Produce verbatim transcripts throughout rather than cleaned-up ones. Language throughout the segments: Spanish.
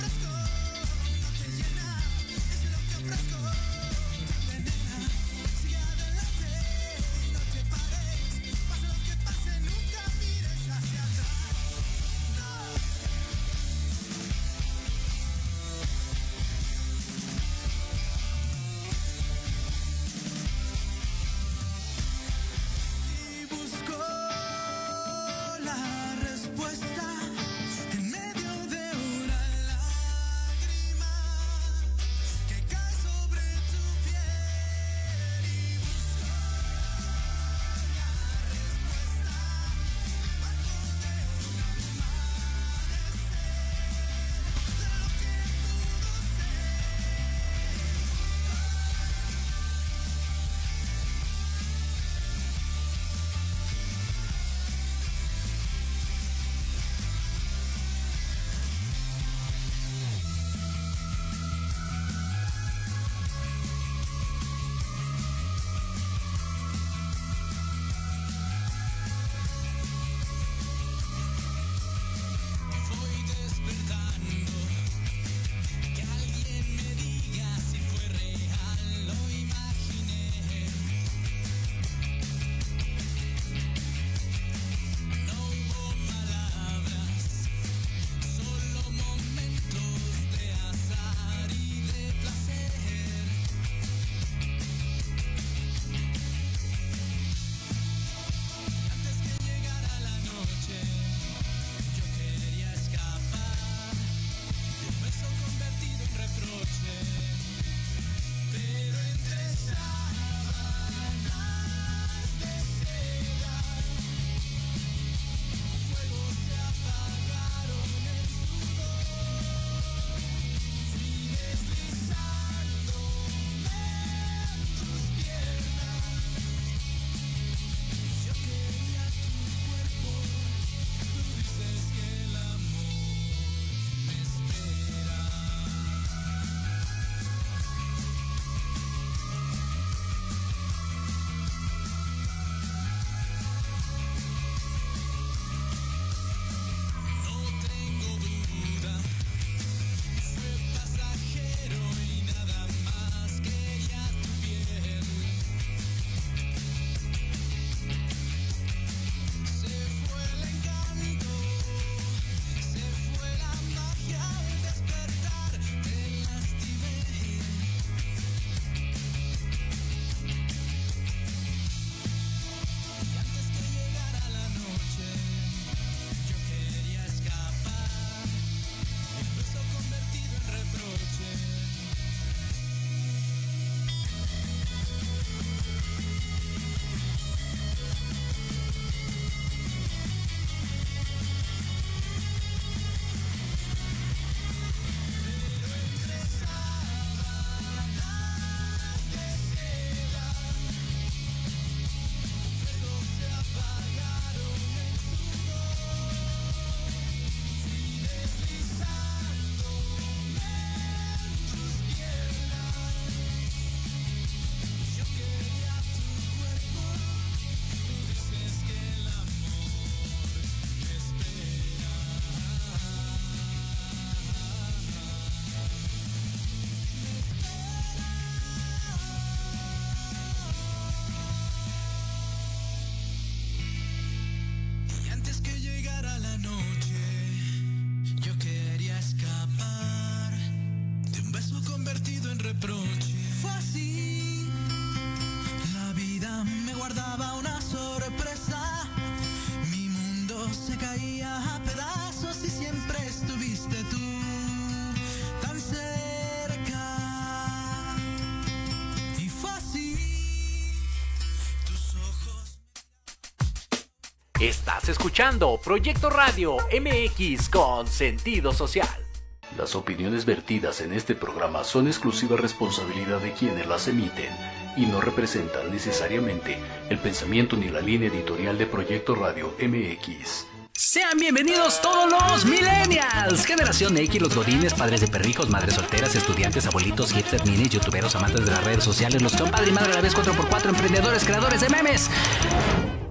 Estás escuchando Proyecto Radio M X con sentido social. Las opiniones vertidas en este programa son exclusiva responsabilidad de quienes las emiten y no representan necesariamente el pensamiento ni la línea editorial de Proyecto Radio M X. Sean bienvenidos todos los millennials, generación X, los godines, padres de perrijos, madres solteras, estudiantes, abuelitos, hipsters, minis, youtuberos, amantes de las redes sociales, los que son padre y madre a la vez, cuatro por cuatro, emprendedores, creadores de memes.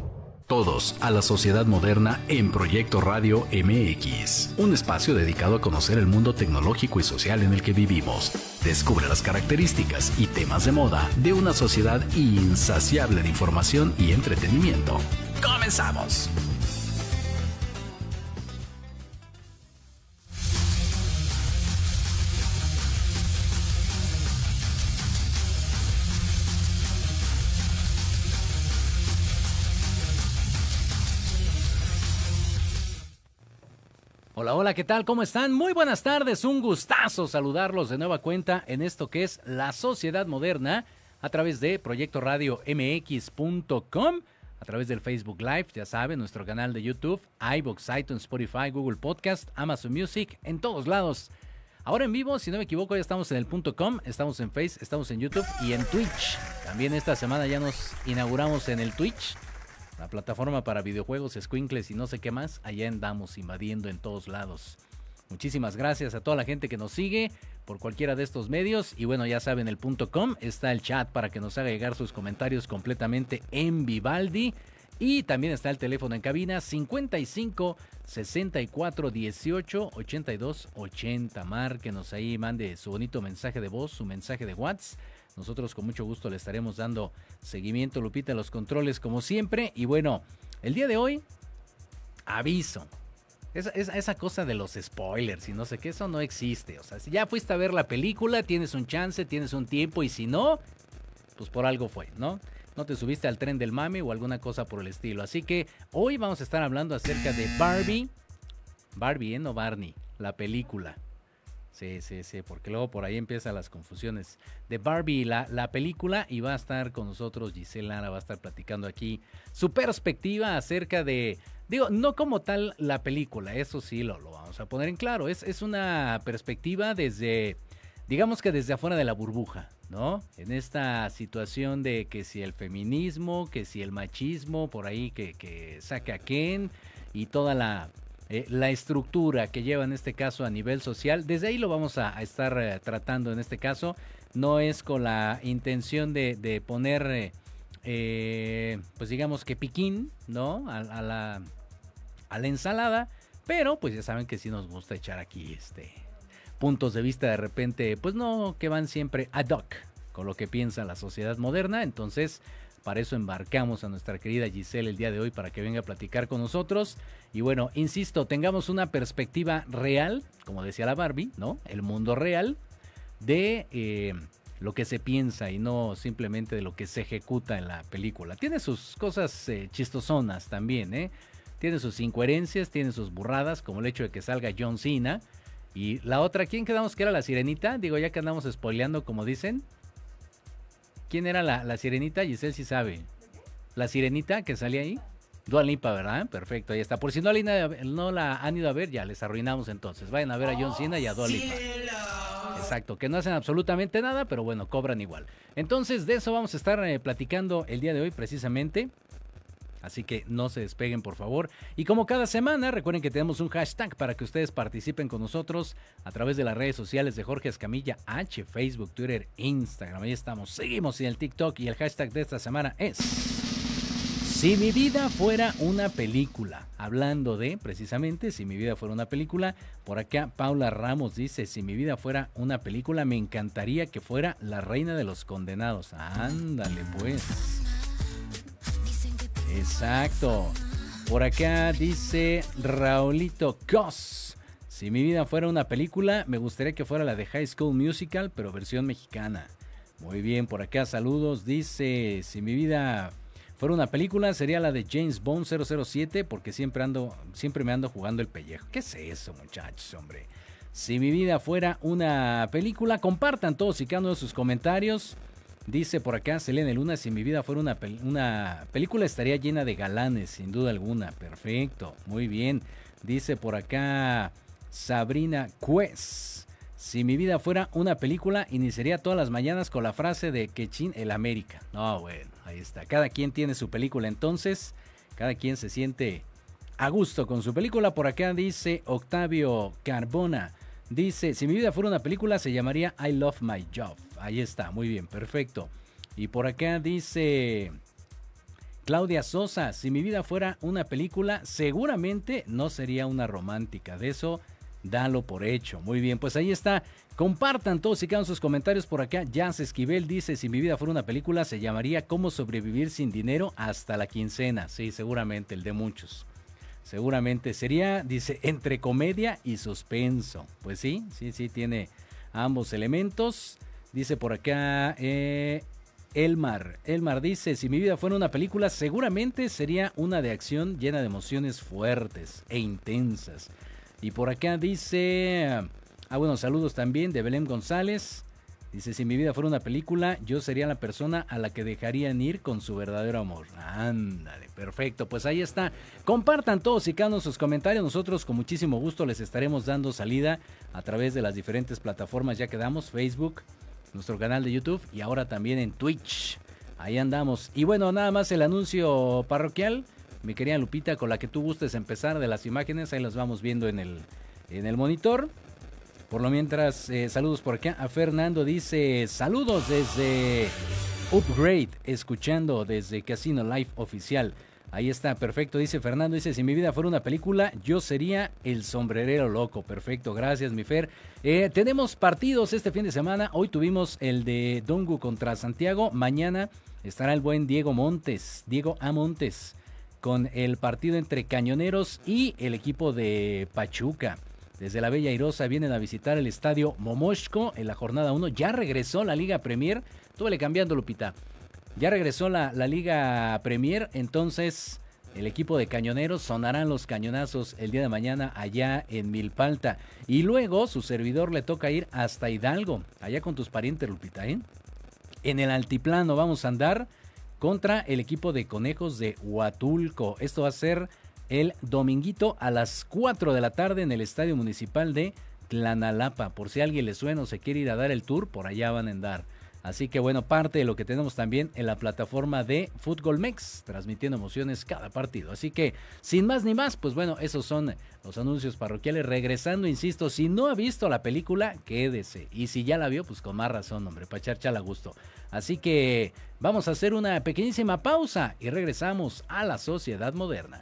Todos a la sociedad moderna en Proyecto Radio M X, un espacio dedicado a conocer el mundo tecnológico y social en el que vivimos. Descubre las características y temas de moda de una sociedad insaciable de información y entretenimiento. ¡Comenzamos! Hola, hola, ¿qué tal? ¿Cómo están? Muy buenas tardes, un gustazo saludarlos de nueva cuenta en esto que es La Sociedad Moderna a través de Proyecto Radio M X punto com, a través del Facebook Live, ya saben, nuestro canal de YouTube, iVoox, iTunes, Spotify, Google Podcast, Amazon Music, en todos lados. Ahora en vivo, si no me equivoco, ya estamos en el .com, estamos en Face, estamos en YouTube y en Twitch. También esta semana ya nos inauguramos en el Twitch, la plataforma para videojuegos, escuincles y no sé qué más. Allá andamos invadiendo en todos lados. Muchísimas gracias a toda la gente que nos sigue por cualquiera de estos medios. Y bueno, ya saben, el .com está el chat para que nos haga llegar sus comentarios completamente en Vivaldi. Y también está el teléfono en cabina cincuenta y cinco, sesenta y cuatro, dieciocho, ochenta y dos, ochenta. Márquenos ahí, mande su bonito mensaje de voz, su mensaje de WhatsApp. Nosotros con mucho gusto le estaremos dando seguimiento, Lupita, a los controles como siempre. Y bueno, el día de hoy, aviso. Esa, esa, esa cosa de los spoilers y no sé qué, eso no existe. O sea, si ya fuiste a ver la película, tienes un chance, tienes un tiempo. Y si no, pues por algo fue, ¿no? No te subiste al tren del mame o alguna cosa por el estilo. Así que hoy vamos a estar hablando acerca de Barbie. Barbie, ¿eh? No Barney, la película. Sí, sí, sí, porque luego por ahí empiezan las confusiones. De Barbie, la, la película, y va a estar con nosotros Giselle Lara, va a estar platicando aquí su perspectiva acerca de, digo, no como tal la película, eso sí lo, lo vamos a poner en claro, es, es una perspectiva desde, digamos que desde afuera de la burbuja, ¿no? En esta situación de que si el feminismo, que si el machismo, por ahí que, que saca a Ken y toda la... Eh, la estructura que lleva en este caso a nivel social, desde ahí lo vamos a, a estar eh, tratando en este caso. No es con la intención de, de poner, eh, eh, pues digamos que piquín, ¿no? A, a, la, a la ensalada, pero pues ya saben que sí nos gusta echar aquí este puntos de vista de repente, pues no, que van siempre ad hoc con lo que piensa la sociedad moderna. Entonces, para eso embarcamos a nuestra querida Giselle el día de hoy para que venga a platicar con nosotros. Y bueno, insisto, tengamos una perspectiva real, como decía la Barbie, ¿no? El mundo real de eh, lo que se piensa y no simplemente de lo que se ejecuta en la película. Tiene sus cosas eh, chistosonas también, ¿eh? Tiene sus incoherencias, tiene sus burradas, como el hecho de que salga John Cena. Y la otra, ¿quién quedamos que era la sirenita? Digo, ya que andamos spoileando, como dicen. ¿Quién era la, la sirenita? Giselle sí sabe. La sirenita que salía ahí. Dua Lipa, ¿verdad? Perfecto, ahí está. Por si no la, no la han ido a ver, ya les arruinamos entonces. Vayan a ver a John Cena y a Dua Lipa. Exacto, que no hacen absolutamente nada, pero bueno, cobran igual. Entonces, de eso vamos a estar eh, platicando el día de hoy precisamente. Así que no se despeguen, por favor. Y como cada semana, recuerden que tenemos un hashtag para que ustedes participen con nosotros a través de las redes sociales de Jorge Escamilla H, Facebook, Twitter, Instagram. Ahí estamos. Seguimos en el TikTok y el hashtag de esta semana es Si mi vida fuera una película. Hablando de, precisamente, si mi vida fuera una película. Por acá, Paula Ramos dice, si mi vida fuera una película, me encantaría que fuera La Reina de los Condenados. Ándale, pues. Exacto. Por acá dice Raulito Cos. Si mi vida fuera una película, me gustaría que fuera la de High School Musical, pero versión mexicana. Muy bien, por acá saludos. Dice, si mi vida fuera una película, sería la de James Bond cero cero siete, porque siempre ando, siempre me ando jugando el pellejo. ¿Qué es eso, muchachos, hombre? Si mi vida fuera una película, compartan todos y cada uno de sus comentarios. Dice por acá Selene Luna, si mi vida fuera una, pel- una película estaría llena de galanes, sin duda alguna. Perfecto, muy bien. Dice por acá Sabrina Cues, si mi vida fuera una película, iniciaría todas las mañanas con la frase de que chin el América. No, bueno, ahí está. Cada quien tiene su película entonces, cada quien se siente a gusto con su película. Por acá dice Octavio Carbona, dice, si mi vida fuera una película se llamaría I Love My Job. Ahí está, muy bien, perfecto. Y por acá dice Claudia Sosa, si mi vida fuera una película, seguramente no sería una romántica. De eso, dalo por hecho. Muy bien, pues ahí está. Compartan todos y cada uno sus comentarios por acá. Jazz Esquivel dice, si mi vida fuera una película, se llamaría Cómo sobrevivir sin dinero hasta la quincena. Sí, seguramente, el de muchos. Seguramente sería, dice, entre comedia y suspenso. Pues sí, sí, sí, tiene ambos elementos. Dice por acá... Eh, Elmar, Elmar dice, si mi vida fuera una película, seguramente sería una de acción llena de emociones fuertes e intensas. Y por acá dice, ah bueno, saludos también de Belén González. Dice, si mi vida fuera una película, yo sería la persona a la que dejarían ir con su verdadero amor. Ándale, perfecto, pues ahí está. Compartan todos y cada uno sus comentarios. Nosotros con muchísimo gusto les estaremos dando salida a través de las diferentes plataformas. Ya quedamos, Facebook, nuestro canal de YouTube y ahora también en Twitch. Ahí andamos. Y bueno, nada más el anuncio parroquial, mi querida Lupita, con la que tú gustes empezar de las imágenes. Ahí las vamos viendo en el, en el monitor. Por lo mientras, eh, saludos por acá. A Fernando dice, saludos desde Upgrade, escuchando desde Casino Live Oficial. Ahí está, perfecto, dice Fernando, dice, si mi vida fuera una película, yo sería el sombrerero loco. Perfecto, gracias, mi Fer. Eh, tenemos partidos este fin de semana. Hoy tuvimos el de Dongu contra Santiago. Mañana estará el buen Diego Montes, Diego A. Montes, con el partido entre Cañoneros y el equipo de Pachuca. Desde la Bella Airosa vienen a visitar el estadio Momoshko en la jornada uno. Ya regresó la Liga Premier. Túvele cambiando, Lupita. Ya regresó la, la Liga Premier, entonces el equipo de Cañoneros sonarán los cañonazos el día de mañana allá en Milpalta. Y luego su servidor le toca ir hasta Hidalgo, allá con tus parientes, Lupita, ¿eh? En el altiplano vamos a andar contra el equipo de Conejos de Huatulco. Esto va a ser el dominguito a las cuatro de la tarde en el Estadio Municipal de Tlanalapa. Por si a alguien le suena o se quiere ir a dar el tour, por allá van a andar. Así que bueno, parte de lo que tenemos también en la plataforma de Fútbol Mex, transmitiendo emociones cada partido. Así que, sin más ni más, pues bueno, esos son los anuncios parroquiales. Regresando, insisto, si no ha visto la película, quédese. Y si ya la vio, pues con más razón, hombre, para echar chala a gusto. Así que vamos a hacer una pequeñísima pausa y regresamos a la sociedad moderna.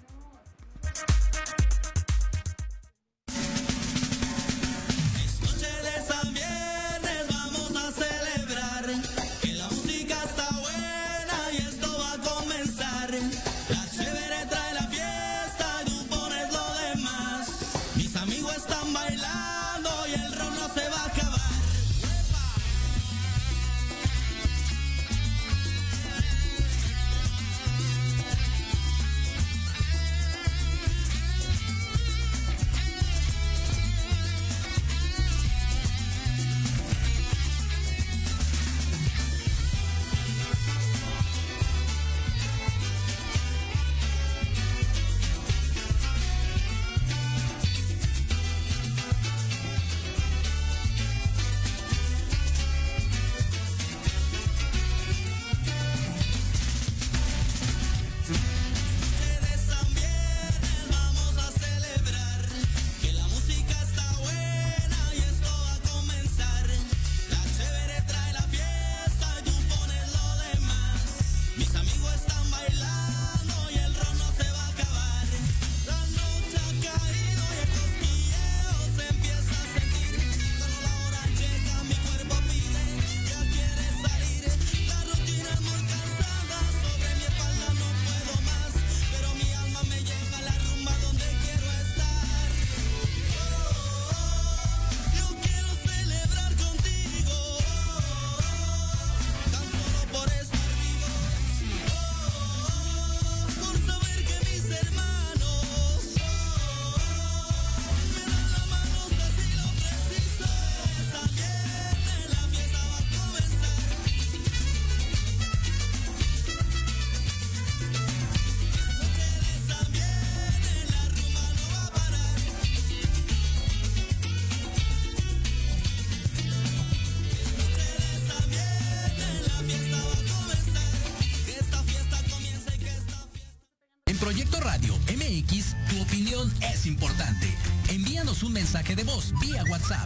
Proyecto Radio M X, tu opinión es importante. Envíanos un mensaje de voz vía WhatsApp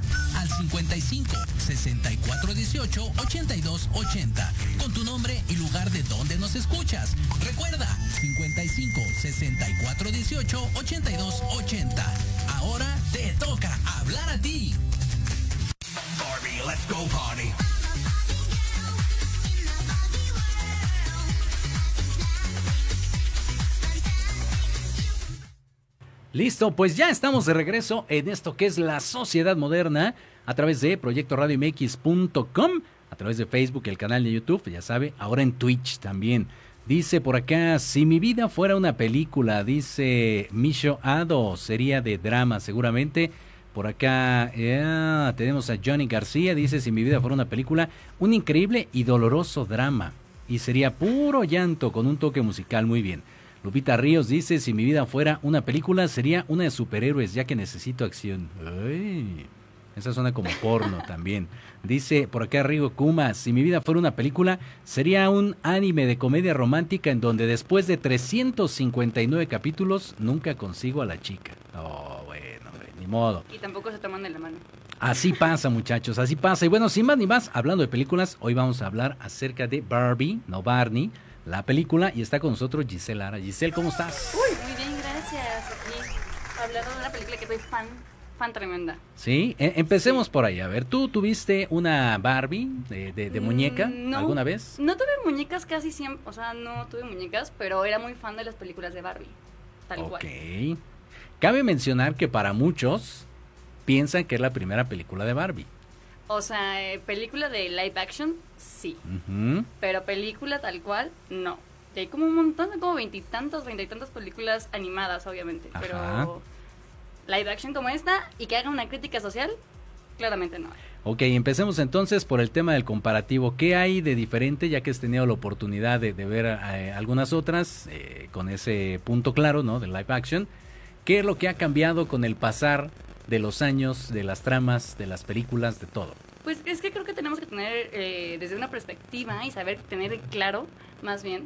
al cincuenta y cinco, sesenta y cuatro dieciocho, ochenta y dos ochenta con tu nombre y lugar de donde nos escuchas. Recuerda, cincuenta y cinco, sesenta y cuatro dieciocho, ochenta y dos ochenta. Ahora te toca hablar a ti. Barbie, let's go party. Listo, pues ya estamos de regreso en esto que es la sociedad moderna a través de proyecto radio m x punto com, a través de Facebook, el canal de YouTube, ya sabe, ahora en Twitch también. Dice por acá, si mi vida fuera una película, dice Misho Ado, sería de drama seguramente. Por acá yeah, tenemos a Johnny García, dice, si mi vida fuera una película, un increíble y doloroso drama. Y sería puro llanto con un toque musical, muy bien. Lupita Ríos dice, si mi vida fuera una película, sería una de superhéroes, ya que necesito acción. Ay, esa suena como porno también. Dice por acá Rigo Kuma, si mi vida fuera una película, sería un anime de comedia romántica en donde después de trescientos cincuenta y nueve capítulos, nunca consigo a la chica. Oh, bueno, ni modo. Y tampoco se toman de la mano. Así pasa, muchachos, así pasa. Y bueno, sin más ni más, hablando de películas, hoy vamos a hablar acerca de Barbie, no Barney, la película, y está con nosotros Giselle Lara. Giselle, ¿cómo estás? Uy, muy bien, gracias. Aquí, hablando de una película que soy fan, fan tremenda. Sí, e- empecemos sí. por ahí. A ver, ¿tú tuviste una Barbie de, de, de muñeca no, alguna vez? No tuve muñecas casi siempre, o sea, no tuve muñecas, pero era muy fan de las películas de Barbie, tal Ok. cual. Ok. Cabe mencionar que para muchos piensan que es la primera película de Barbie. O sea, eh, película de live action, sí. Uh-huh. Pero película tal cual, no. Y hay como un montón, como veintitantos, veintitantas películas animadas, obviamente. Ajá. Pero live action como esta y que haga una crítica social, claramente no. Ok, empecemos entonces por el tema del comparativo. ¿Qué hay de diferente, ya que has tenido la oportunidad de, de ver eh, algunas otras eh, con ese punto claro, ¿no? Del live action? ¿Qué es lo que ha cambiado con el pasar de los años, de las tramas, de las películas, de todo? Pues es que creo que tenemos que tener eh, desde una perspectiva y saber tener claro, más bien,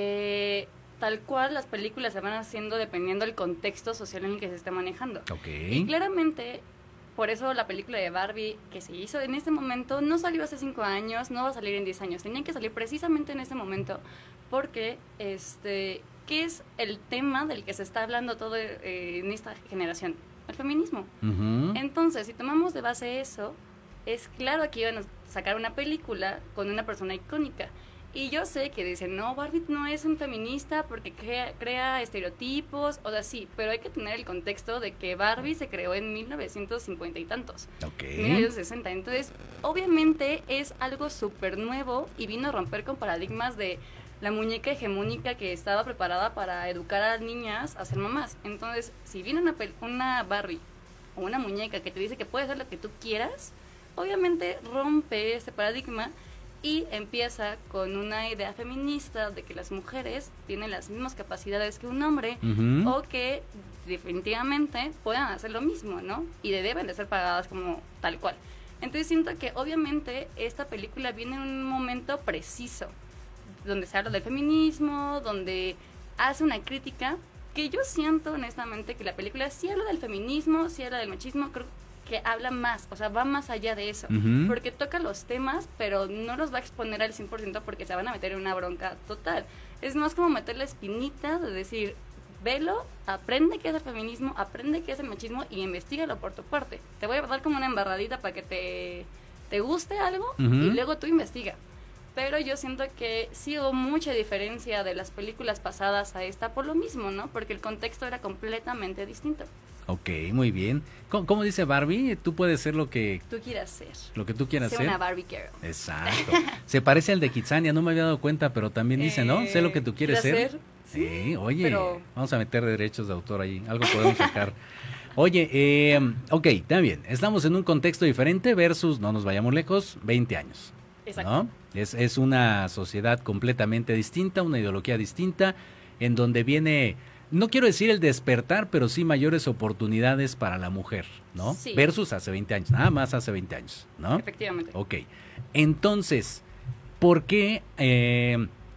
que tal cual las películas se van haciendo dependiendo del contexto social en el que se esté manejando. Ok. Y claramente, por eso la película de Barbie que se hizo en este momento no salió hace cinco años, no va a salir en diez años. Tenía que salir precisamente en este momento porque, este, ¿qué es el tema del que se está hablando todo eh, en esta generación? El feminismo. Uh-huh. Entonces, si tomamos de base eso, es claro que iban a sacar una película con una persona icónica. Y yo sé que dicen, no, Barbie no es un feminista porque crea, crea estereotipos, o sea, sí, pero hay que tener el contexto de que Barbie se creó en mil novecientos cincuenta y tantos. Ok. mil novecientos sesenta. Entonces, obviamente es algo súper nuevo y vino a romper con paradigmas de la muñeca hegemónica que estaba preparada para educar a niñas a ser mamás. Entonces, si viene una, una Barbie o una muñeca que te dice que puedes hacer lo que tú quieras, obviamente rompe este paradigma y empieza con una idea feminista de que las mujeres tienen las mismas capacidades que un hombre, uh-huh. o que definitivamente puedan hacer lo mismo, ¿no? Y deben de ser pagadas como tal cual. Entonces siento que obviamente esta película viene en un momento preciso, donde se habla del feminismo, donde hace una crítica, que yo siento honestamente que la película sí habla del feminismo, sí habla del machismo, creo que habla más, o sea, va más allá de eso, uh-huh. porque toca los temas, pero no los va a exponer al cien por ciento porque se van a meter en una bronca total. Es más como meter la espinita de decir, velo, aprende qué es el feminismo, aprende qué es el machismo y investígalo por tu parte. Te voy a dar como una embarradita para que te, te guste algo uh-huh. y luego tú investiga. Pero yo siento que sí hubo mucha diferencia de las películas pasadas a esta por lo mismo, ¿no? Porque el contexto era completamente distinto. Ok, muy bien. ¿Cómo, cómo dice Barbie? Tú puedes ser lo que tú quieras ser. Lo que tú quieras sé ser. Una Barbie girl. Exacto. Se parece al de Kitsania, no me había dado cuenta, pero también dice, ¿no? Sé lo que tú quieres ser. ser. Sí, sí, oye, pero... vamos a meter derechos de autor ahí, algo podemos sacar. Oye, eh, ok, está bien, estamos en un contexto diferente versus, no nos vayamos lejos, veinte años. Exacto. ¿No? Es, es una sociedad completamente distinta, una ideología distinta, en donde viene, no quiero decir el despertar, pero sí mayores oportunidades para la mujer, ¿no? Sí. Versus hace veinte años, nada más hace veinte años, ¿no? Efectivamente. Ok, entonces, ¿por qué eh,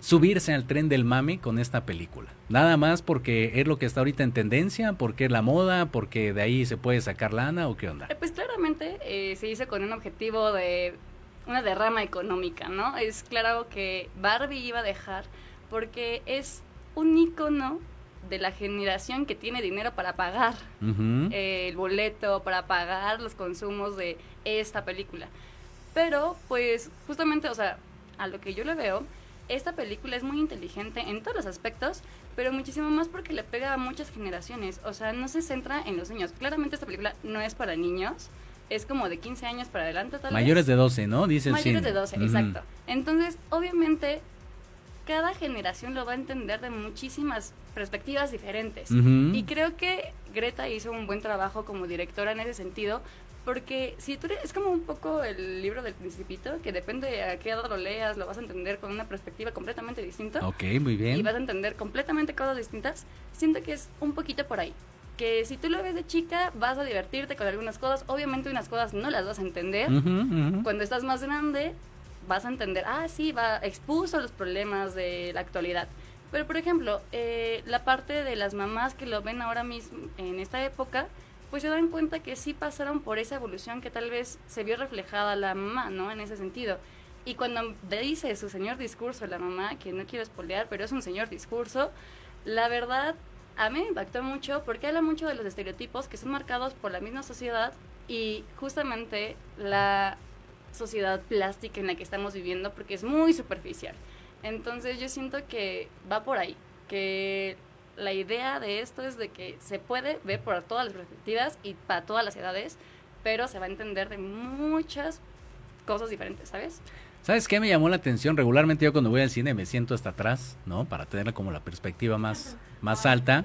subirse al tren del mame con esta película? Nada más porque es lo que está ahorita en tendencia, porque es la moda, porque de ahí se puede sacar lana, ¿o qué onda? Eh, Pues claramente eh, se hizo con un objetivo de una derrama económica, ¿no? Es claro que Barbie iba a dejar porque es un ícono de la generación que tiene dinero para pagar Ujú. eh, el boleto, para pagar los consumos de esta película. Pero, pues, justamente, o sea, a lo que yo le veo, esta película es muy inteligente en todos los aspectos, pero muchísimo más porque le pega a muchas generaciones. O sea, no se centra en los niños. Claramente esta película no es para niños, es como de quince años para adelante, tal Mayores vez. de doce, ¿no? Dice el Mayores cine. de doce, Ujú. exacto. Entonces, obviamente, cada generación lo va a entender de muchísimas perspectivas diferentes. Ujú. Y creo que Greta hizo un buen trabajo como directora en ese sentido, porque si tú eres- es como un poco el libro del Principito, que depende a qué edad lo leas, lo vas a entender con una perspectiva completamente distinta. Ok, muy Y bien. vas a entender completamente cosas distintas. Siento que es un poquito por ahí. Que si tú lo ves de chica, vas a divertirte con algunas cosas. Obviamente unas cosas no las vas a entender. Ujú, ujú. Cuando estás más grande, vas a entender, ah, sí, va, expuso los problemas de la actualidad. Pero, por ejemplo, eh, la parte de las mamás que lo ven ahora mismo, en esta época, pues se dan cuenta que sí pasaron por esa evolución que tal vez se vio reflejada la mamá, ¿no? En ese sentido. Y cuando dice su señor discurso la mamá, que no quiero spoilear, pero es un señor discurso, la verdad, a mí me impactó mucho porque habla mucho de los estereotipos que son marcados por la misma sociedad y justamente la sociedad plástica en la que estamos viviendo, porque es muy superficial. Entonces yo siento que va por ahí, que la idea de esto es de que se puede ver por todas las perspectivas y para todas las edades, pero se va a entender de muchas cosas diferentes, ¿sabes? ¿Sabes qué me llamó la atención? Regularmente yo cuando voy al cine me siento hasta atrás, ¿no? Para tener como la perspectiva más, más alta.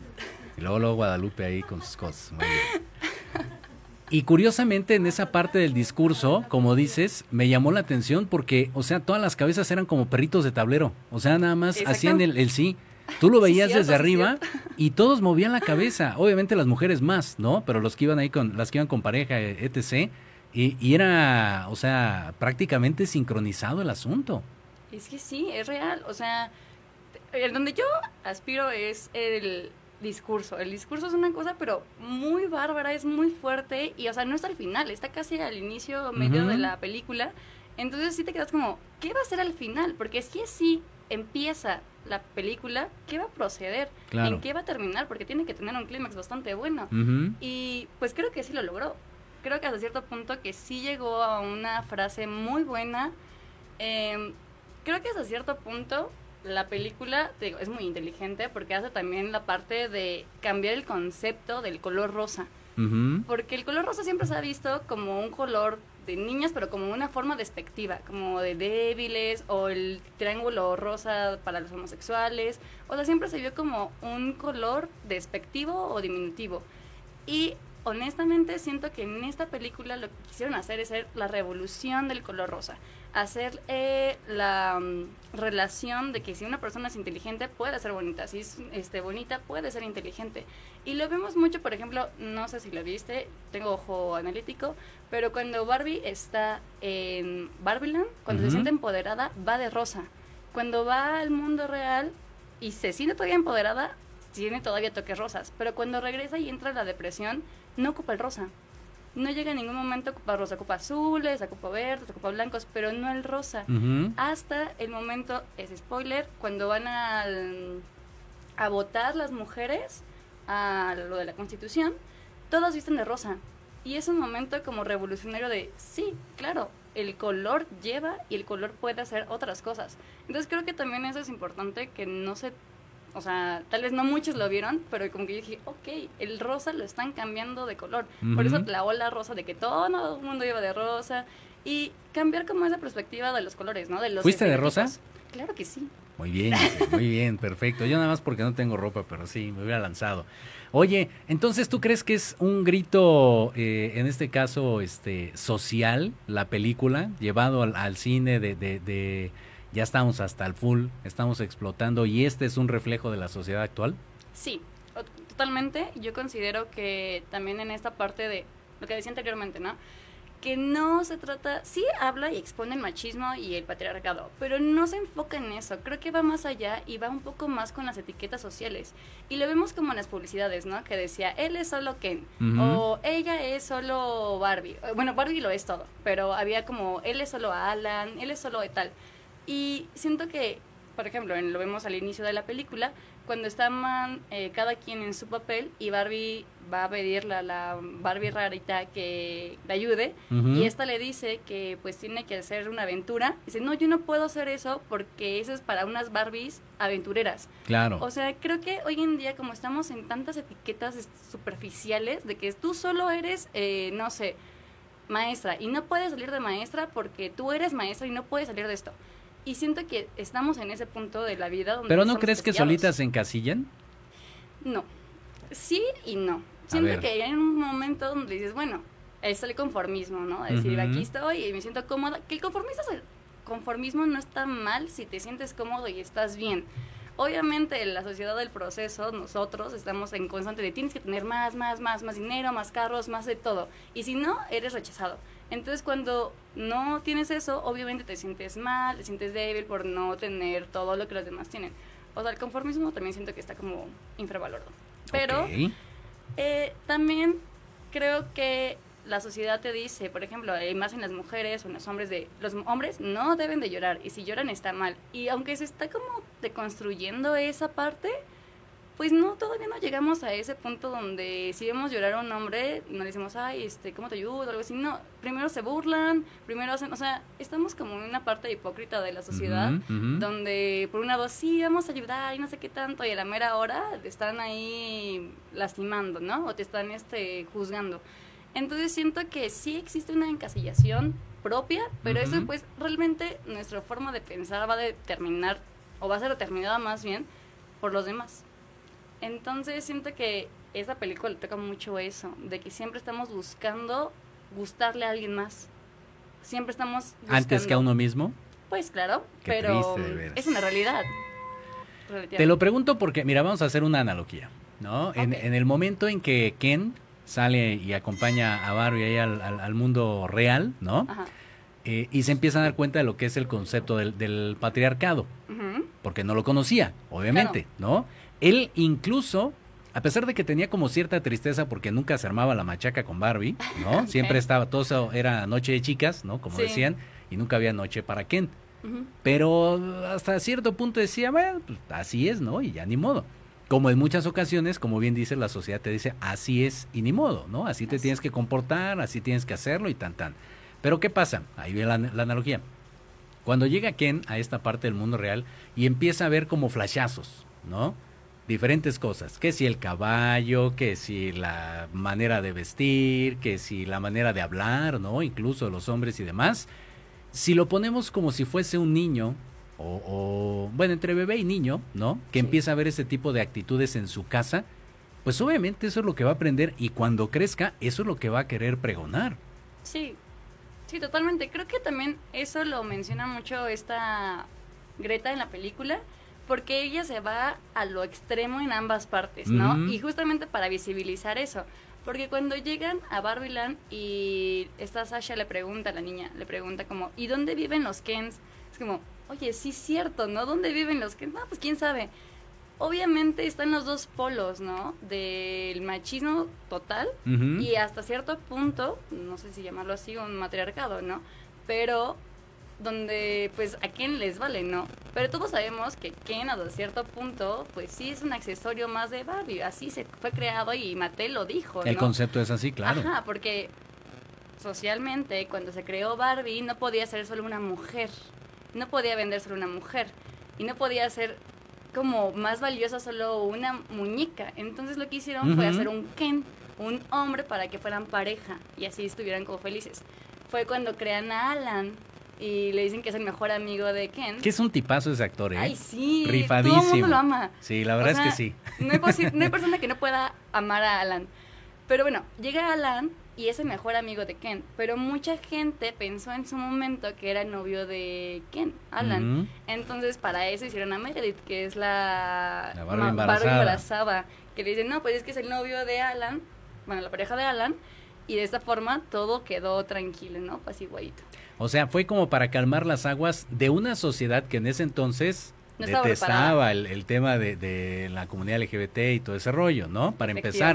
Y luego, luego Guadalupe ahí con sus cosas. Muy bien. Y curiosamente en esa parte del discurso, como dices, me llamó la atención porque, o sea, todas las cabezas eran como perritos de tablero. O sea, nada más Exacto. hacían el, el sí. Tú lo Sí, veías cierto, desde sí, arriba y todos movían la cabeza. Obviamente las mujeres más, ¿no? Pero los que iban ahí con, las que iban con pareja, eh, etcétera. Y, y era, o sea, prácticamente sincronizado el asunto. Es que sí, es real. O sea, el donde yo aspiro es el discurso. El discurso es una cosa, pero muy bárbara, es muy fuerte. Y, o sea, no está al final, está casi al inicio, medio Ujú. de la película. Entonces sí te quedas como, ¿qué va a ser al final? Porque si así empieza la película, ¿qué va a proceder? Claro. ¿En qué va a terminar? Porque tiene que tener un clímax bastante bueno. Ujú. Y pues creo que sí lo logró. Creo que hasta cierto punto que sí llegó a una frase muy buena. Eh, creo que hasta cierto punto la película, te digo, es muy inteligente porque hace también la parte de cambiar el concepto del color rosa. Ujú. Porque el color rosa siempre se ha visto como un color de niñas, pero como una forma despectiva, como de débiles, o el triángulo rosa para los homosexuales. O sea, siempre se vio como un color despectivo o diminutivo. Y honestamente siento que en esta película lo que quisieron hacer es hacer la revolución del color rosa. Hacer eh, la um, relación de que si una persona es inteligente puede ser bonita, si es este, bonita puede ser inteligente. Y lo vemos mucho, por ejemplo, no sé si lo viste, tengo ojo analítico, pero cuando Barbie está en Barbieland, cuando Ujú. se siente empoderada, va de rosa. Cuando va al mundo real y se siente todavía empoderada, tiene todavía toques rosas. Pero cuando regresa y entra en la depresión, no ocupa el rosa. No llega en ningún momento a ocupar rosa. Ocupa azules, ocupa verdes, ocupa blancos, pero no el rosa. Ujú. Hasta el momento, es spoiler, cuando van a, a votar las mujeres a lo de la Constitución, todos visten de rosa. Y es un momento como revolucionario de, sí, claro, el color lleva y el color puede hacer otras cosas. Entonces creo que también eso es importante, que no se... O sea, tal vez no muchos lo vieron, pero como que yo dije, ok, el rosa lo están cambiando de color. Por Ujú. eso la ola rosa de que todo el mundo lleva de rosa. Y cambiar como esa perspectiva de los colores, ¿no? De los ¿Fuiste de estereotipos. rosa? Claro que sí. Muy bien, Giselle, muy bien, perfecto. Yo nada más porque no tengo ropa, pero sí, me hubiera lanzado. Oye, entonces, ¿tú crees que es un grito, eh, en este caso, este, social, la película, llevado al, al cine de, de, de, ya estamos hasta el full, estamos explotando, y este es un reflejo de la sociedad actual? Sí, o- totalmente. Yo considero que también en esta parte de lo que decía anteriormente, ¿no? que no se trata, sí habla y expone el machismo y el patriarcado, pero no se enfoca en eso, creo que va más allá y va un poco más con las etiquetas sociales, y lo vemos como en las publicidades, ¿no? Que decía, él es solo Ken, uh-huh. o ella es solo Barbie, bueno, Barbie lo es todo, pero había como, él es solo Alan, él es solo de tal, y siento que, por ejemplo, en, lo vemos al inicio de la película, cuando están eh, cada quien en su papel y Barbie va a pedirle a la Barbie rarita que le ayude, uh-huh. y esta le dice que pues tiene que hacer una aventura, dice, no, yo no puedo hacer eso porque eso es para unas Barbies aventureras. Claro. O sea, creo que hoy en día como estamos en tantas etiquetas superficiales de que tú solo eres, eh, no sé, maestra y no puedes salir de maestra porque tú eres maestra y no puedes salir de esto. Y siento que estamos en ese punto de la vida donde... ¿Pero no crees que solitas se encasillan? No. Sí y no. Siento que hay un momento donde dices, bueno, es el conformismo, ¿no? Es decir, uh-huh. aquí estoy y me siento cómoda. Que el conformismo, el conformismo no está mal si te sientes cómodo y estás bien. Obviamente, en la sociedad del proceso, nosotros estamos en constante de tienes que tener más, más, más, más dinero, más carros, más de todo. Y si no, eres rechazado. Entonces, cuando no tienes eso, obviamente te sientes mal, te sientes débil por no tener todo lo que los demás tienen. O sea, el conformismo también siento que está como infravalorado. Pero okay. eh, también creo que la sociedad te dice, por ejemplo, eh, más en las mujeres o en los hombres, de los hombres no deben de llorar y si lloran está mal. Y aunque se está como deconstruyendo esa parte, pues no, todavía no llegamos a ese punto donde si vemos llorar a un hombre, no le decimos, ay, este, ¿cómo te ayudo? O algo así. No, primero se burlan, primero hacen, o sea, estamos como en una parte hipócrita de la sociedad, uh-huh, uh-huh. donde por una voz, sí, vamos a ayudar y no sé qué tanto, y a la mera hora te están ahí lastimando, ¿no? O te están este, juzgando. Entonces siento que sí existe una encasillación propia, pero uh-huh. eso pues realmente nuestra forma de pensar va a determinar, o va a ser determinada más bien, por los demás. Entonces siento que esa película toca mucho eso, de que siempre estamos buscando gustarle a alguien más. Siempre estamos buscando. ¿Antes que a uno mismo? Pues claro, Qué pero triste, de veras. Es una realidad. Te lo pregunto porque, mira, vamos a hacer una analogía, ¿no? Okay. En, en el momento en que Ken sale y acompaña a Barbie ahí al, al, al mundo real, ¿no? Ajá. Eh, y se empieza a dar cuenta de lo que es el concepto del, del patriarcado, uh-huh. porque no lo conocía, obviamente, claro. ¿no? Él incluso, a pesar de que tenía como cierta tristeza porque nunca se armaba la machaca con Barbie, ¿no? Okay. Siempre estaba, todo eso era noche de chicas, ¿no? Como sí. decían, y nunca había noche para Ken. Uh-huh. Pero hasta cierto punto decía, bueno, pues así es, ¿no? Y ya ni modo. Como en muchas ocasiones, como bien dice, la sociedad te dice, así es y ni modo, ¿no? Así te así. tienes que comportar, así tienes que hacerlo y tan tan. Pero ¿qué pasa? Ahí viene la, la analogía. Cuando llega Ken a esta parte del mundo real y empieza a ver como flashazos, ¿no? Diferentes cosas, que si el caballo, que si la manera de vestir, que si la manera de hablar, ¿no? Incluso los hombres y demás. Si lo ponemos como si fuese un niño, o, o bueno, entre bebé y niño, ¿no? Que sí. empieza a ver ese tipo de actitudes en su casa, pues obviamente eso es lo que va a aprender y cuando crezca, eso es lo que va a querer pregonar. Sí, sí, totalmente. Creo que también eso lo menciona mucho esta Greta en la película, porque ella se va a lo extremo en ambas partes, ¿no? Uh-huh. Y justamente para visibilizar eso, porque cuando llegan a Barbieland y esta Sasha le pregunta a la niña, le pregunta como, ¿y dónde viven los Kens? Es como, oye, sí es cierto, ¿no? ¿Dónde viven los Kens? No, pues quién sabe. Obviamente están los dos polos, ¿no? Del machismo total uh-huh. y hasta cierto punto, no sé si llamarlo así, un matriarcado, ¿no? Pero donde pues a Ken les vale, ¿no? Pero todos sabemos que Ken a cierto punto pues sí es un accesorio más de Barbie, así se fue creado y Mattel lo dijo, ¿no? El concepto es así, claro. Ajá, porque socialmente cuando se creó Barbie no podía ser solo una mujer, no podía vender solo una mujer y no podía ser como más valiosa solo una muñeca, entonces lo que hicieron uh-huh. fue hacer un Ken, un hombre para que fueran pareja y así estuvieran como felices. Fue cuando crean a Alan y le dicen que es el mejor amigo de Ken. Que es un tipazo ese actor, ¿eh? Ay, sí. Rifadísimo. Todo el mundo lo ama. Sí, la verdad o sea, es que sí. No hay, posi- no hay persona que no pueda amar a Alan. Pero bueno, llega Alan y es el mejor amigo de Ken. Pero mucha gente pensó en su momento que era el novio de Ken, Alan. Uh-huh. Entonces, para eso hicieron a Meredith, que es la... La Barbie embarazada. embarazada. Que le dicen, no, pues es que es el novio de Alan, bueno, la pareja de Alan. y de esta forma todo quedó tranquilo, ¿no? Apaciguadito. O sea, fue como para calmar las aguas de una sociedad que en ese entonces no detestaba el, el tema de, de la comunidad L G B T y todo ese rollo, ¿no? Para empezar.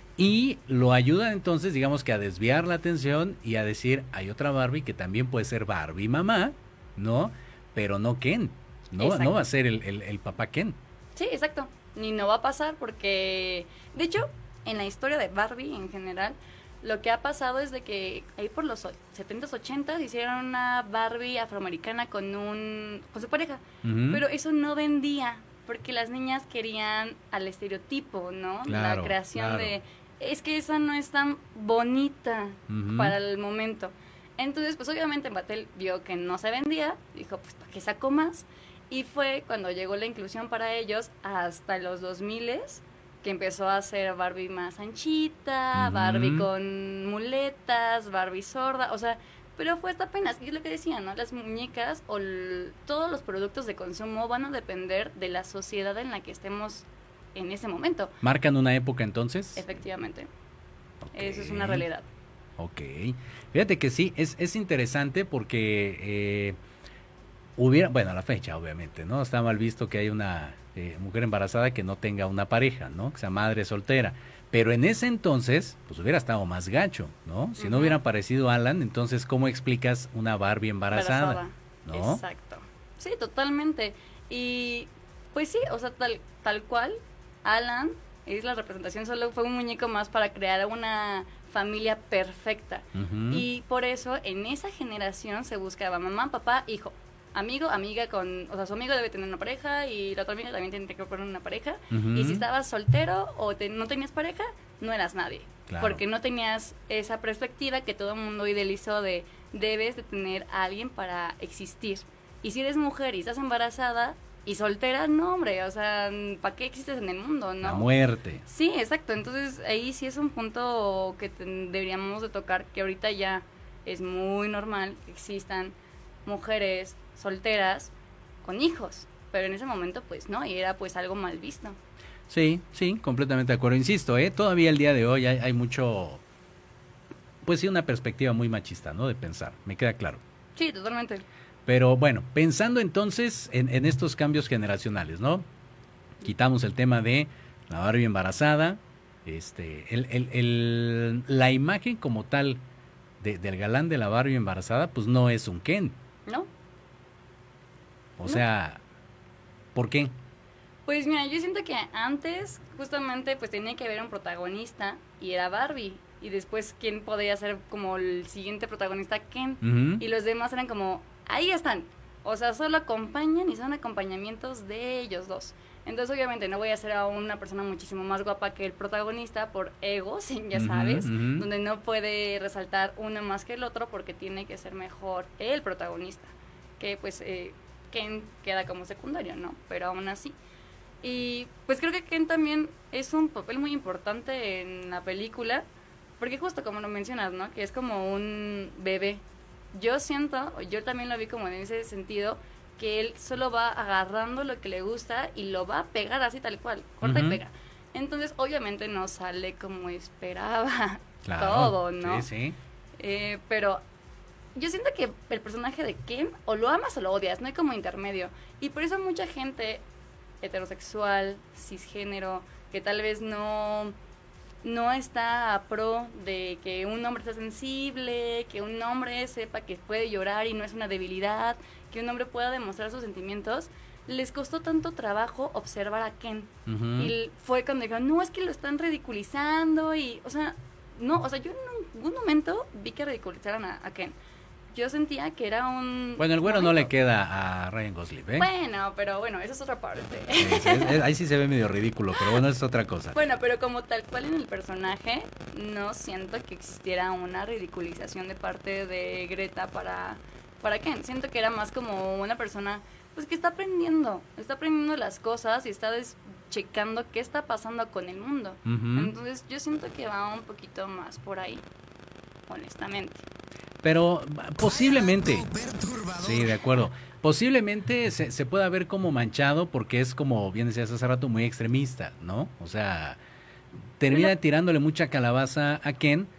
Y lo ayuda entonces, digamos que a desviar la atención y a decir, hay otra Barbie que también puede ser Barbie mamá, ¿no? Pero no Ken, no, no va a ser el, el, el papá Ken. Sí, exacto. Ni no va a pasar porque, de hecho, en la historia de Barbie en general, lo que ha pasado es de que ahí por los setentas, ochentas hicieron una Barbie afroamericana con un con su pareja, uh-huh. pero eso no vendía porque las niñas querían al estereotipo, ¿no? Claro, la creación claro. de, es que esa no es tan bonita uh-huh. para el momento. Entonces, pues obviamente Mattel vio que no se vendía, dijo, pues ¿para qué sacó más? Y fue cuando llegó la inclusión para ellos hasta los dos miles, que empezó a hacer Barbie más anchita, uh-huh. Barbie con muletas, Barbie sorda, o sea, pero fue hasta apenas, y es lo que decía, ¿no? Las muñecas o l- todos los productos de consumo van a depender de la sociedad en la que estemos en ese momento. ¿Marcan una época entonces? Efectivamente, Okay. Eso es una realidad. Ok, fíjate que sí, es, es interesante porque eh, hubiera, bueno, a la fecha obviamente, ¿no? Está mal visto que haya una eh, mujer embarazada que no tenga una pareja, ¿no? Que sea madre soltera. Pero en ese entonces, pues hubiera estado más gacho, ¿no? Si uh-huh. no hubiera aparecido Alan, entonces, ¿cómo explicas una Barbie embarazada? embarazada. ¿No? Exacto. Sí, totalmente. Y, pues sí, o sea, tal, tal cual, Alan es la representación, solo fue un muñeco más para crear una familia perfecta. Uh-huh. Y por eso, en esa generación se buscaba mamá, papá, hijo. Amigo, amiga con, o sea, su amigo debe tener una pareja y la otra amiga también tiene que poner una pareja. Uh-huh. Y si estabas soltero o te, no tenías pareja, no eras nadie. Claro. Porque no tenías esa perspectiva que todo el mundo idealizó de debes de tener a alguien para existir. Y si eres mujer y estás embarazada y soltera, no, hombre, o sea, ¿para qué existes en el mundo, no? La muerte. Sí, exacto. Entonces, ahí sí es un punto que ten, deberíamos de tocar, que ahorita ya es muy normal que existan mujeres solteras con hijos, pero en ese momento pues no, y era pues algo mal visto. Sí, sí, completamente de acuerdo. Insisto, ¿eh? Todavía el día de hoy hay, hay mucho, pues sí, una perspectiva muy machista, ¿no? De pensar, me queda claro. Sí, totalmente. Pero bueno, pensando entonces en, en estos cambios generacionales, ¿no? Quitamos el tema de la Barbie embarazada, este, el, el, el, la imagen como tal de, del galán de la Barbie embarazada, pues no es un Ken. ¿No? O no. sea, ¿por qué? Pues mira, yo siento que antes justamente pues tenía que haber un protagonista y era Barbie. Y después, ¿quién podría ser como el siguiente protagonista? Ken. Uh-huh. Y los demás eran como, ahí están. O sea, solo acompañan y son acompañamientos de ellos dos. Entonces, obviamente, no voy a hacer a una persona muchísimo más guapa que el protagonista por egos, ya uh-huh, sabes, uh-huh. donde no puede resaltar uno más que el otro porque tiene que ser mejor el protagonista. Que pues eh, Ken queda como secundario, ¿no? Pero aún así. Y pues creo que Ken también es un papel muy importante en la película, porque justo como lo mencionas, ¿no? Que es como un bebé. Yo siento, yo también lo vi como en ese sentido, que él solo va agarrando lo que le gusta y lo va a pegar así tal cual, corta uh-huh. y pega. Entonces, obviamente no sale como esperaba claro, todo, ¿no? Sí, sí. Eh, pero yo siento que el personaje de Ken o lo amas o lo odias, no hay como intermedio. Y por eso mucha gente heterosexual, cisgénero, que tal vez no, no está a pro de que un hombre sea sensible, que un hombre sepa que puede llorar y no es una debilidad, que un hombre pueda demostrar sus sentimientos, les costó tanto trabajo observar a Ken. Uh-huh. Y fue cuando dijeron, no, es que lo están ridiculizando y, o sea, no, o sea, yo en ningún momento vi que ridiculizaran a, a Ken. Yo sentía que era un... Bueno, el güero momento. No le queda a Ryan Gosling, ¿eh? Bueno, pero bueno, esa es otra parte. Sí, sí, es, es, ahí sí se ve medio ridículo, pero bueno, es otra cosa. Bueno, pero como tal cual en el personaje, no siento que existiera una ridiculización de parte de Greta para, para Ken. Siento que era más como una persona, pues que está aprendiendo, está aprendiendo las cosas y está des- checando qué está pasando con el mundo. Uh-huh. Entonces yo siento que va un poquito más por ahí, honestamente. Pero posiblemente, sí, de acuerdo, posiblemente se, se pueda ver como manchado porque es como bien decías hace rato muy extremista, ¿no? O sea, termina tirándole mucha calabaza a Ken